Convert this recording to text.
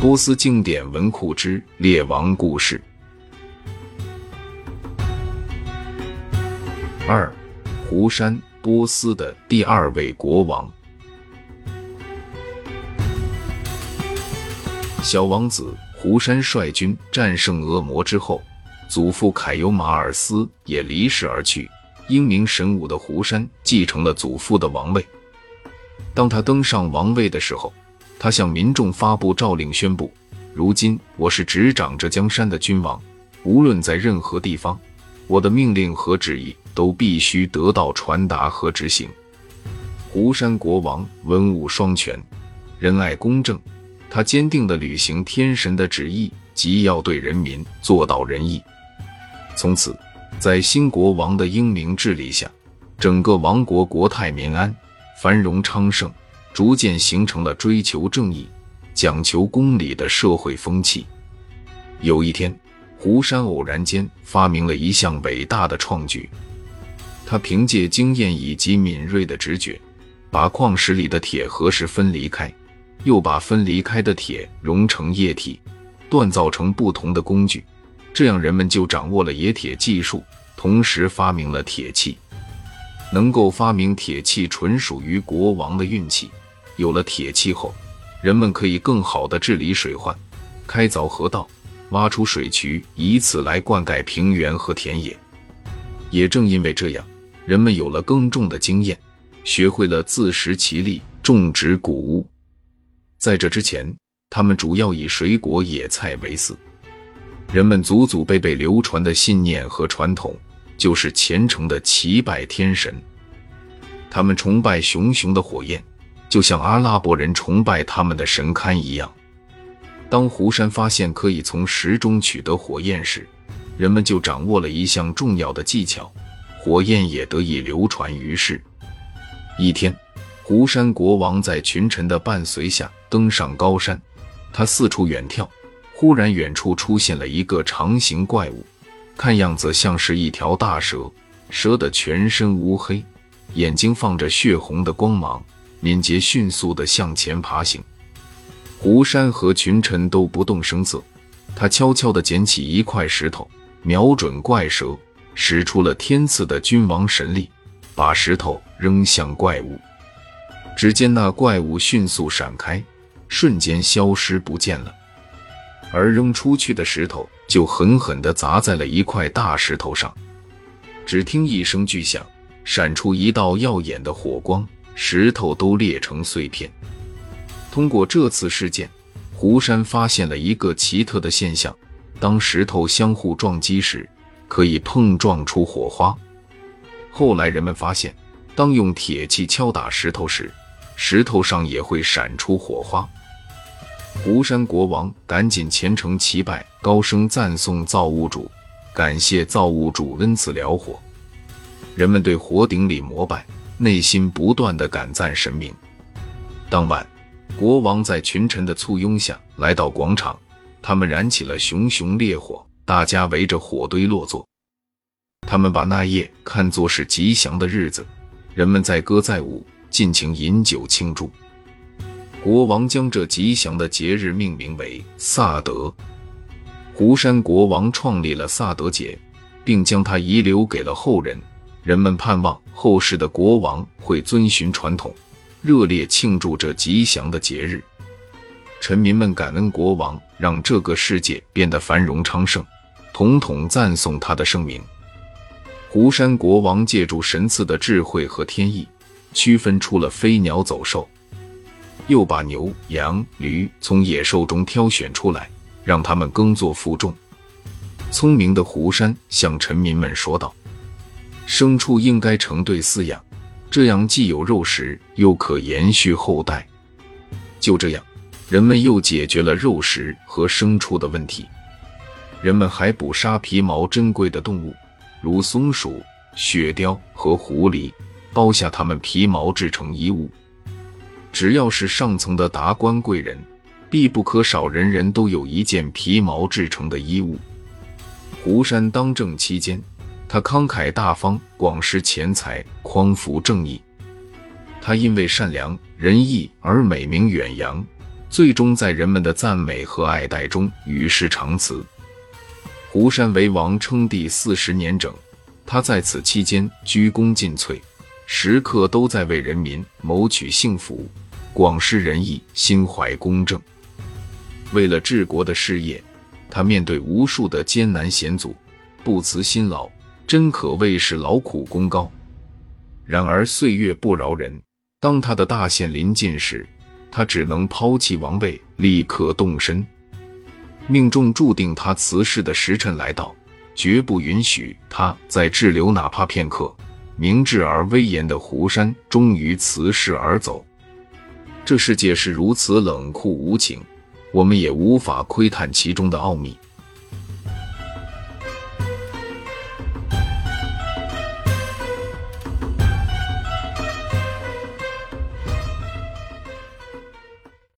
波斯经典文库之列王故事。2. 胡山，波斯的第二位国王。小王子胡山率军战胜恶魔之后，祖父凯尤马尔斯也离世而去，英明神武的胡山继承了祖父的王位。当他登上王位的时候，他向民众发布诏令，宣布：如今我是执掌着江山的君王，无论在任何地方，我的命令和旨意都必须得到传达和执行。胡山国王文武双全，仁爱公正，他坚定地履行天神的旨意，即要对人民做到仁义。从此，在新国王的英明治理下，整个王国国泰民安，繁荣昌盛，逐渐形成了追求正义、讲求公理的社会风气。有一天，胡山偶然间发明了一项伟大的创举。他凭借经验以及敏锐的直觉，把矿石里的铁和石分离开，又把分离开的铁融成液体，锻造成不同的工具，这样人们就掌握了冶铁技术，同时发明了铁器。能够发明铁器纯属于国王的运气。有了铁器后，人们可以更好地治理水患，开凿河道，挖出水渠，以此来灌溉平原和田野。也正因为这样，人们有了耕种的经验，学会了自食其力，种植谷物。在这之前，他们主要以水果野菜为饲。人们祖祖辈辈流传的信念和传统，就是虔诚的祈拜天神。他们崇拜熊熊的火焰，就像阿拉伯人崇拜他们的神龛一样。当胡山发现可以从石中取得火焰时，人们就掌握了一项重要的技巧，火焰也得以流传于世。一天，胡山国王在群臣的伴随下登上高山，他四处远眺，忽然远处出现了一个长形怪物，看样子像是一条大蛇，蛇的全身乌黑，眼睛放着血红的光芒，敏捷迅速地向前爬行。胡山和群臣都不动声色，他悄悄地捡起一块石头，瞄准怪蛇，使出了天赐的君王神力，把石头扔向怪物。只见那怪物迅速闪开，瞬间消失不见了，而扔出去的石头就狠狠地砸在了一块大石头上。只听一声巨响，闪出一道耀眼的火光，石头都裂成碎片。通过这次事件，胡山发现了一个奇特的现象：当石头相互撞击时，可以碰撞出火花。后来人们发现，当用铁器敲打石头时，石头上也会闪出火花。胡山国王赶紧虔诚祈拜，高声赞颂造物主，感谢造物主恩赐辽火。人们对火顶礼膜拜，内心不断地感赞神明。当晚，国王在群臣的簇拥下来到广场，他们燃起了熊熊烈火，大家围着火堆落座。他们把那夜看作是吉祥的日子，人们载歌载舞，尽情饮酒庆祝。国王将这吉祥的节日命名为萨德。胡山国王创立了萨德节，并将它遗留给了后人。人们盼望后世的国王会遵循传统，热烈庆祝这吉祥的节日。臣民们感恩国王让这个世界变得繁荣昌盛，统统赞颂他的圣名。胡山国王借助神赐的智慧和天意，区分出了飞鸟走兽，又把牛、羊、驴从野兽中挑选出来，让他们耕作负重。聪明的胡山向臣民们说道：牲畜应该成对饲养，这样既有肉食，又可延续后代。就这样，人们又解决了肉食和牲畜的问题。人们还捕杀皮毛珍贵的动物，如松鼠、雪貂和狐狸，剥下它们皮毛制成衣物。只要是上层的达官贵人，必不可少人人都有一件皮毛制成的衣物。胡山当政期间，他慷慨大方，广施钱财，匡扶正义。他因为善良仁义而美名远扬， 最终在人们的赞美和爱戴中与世长辞。胡山为王称帝40年整，他在此期间鞠躬尽瘁，时刻都在为人民谋取幸福，广施仁义，心怀公正。为了治国的事业，他面对无数的艰难险阻，不辞辛劳，真可谓是劳苦功高。然而岁月不饶人，当他的大限临近时，他只能抛弃王位，立刻动身。命中注定他辞世的时辰来到，绝不允许他再滞留哪怕片刻。明智而威严的胡山终于辞世而走。这世界是如此冷酷无情，我们也无法窥探其中的奥秘。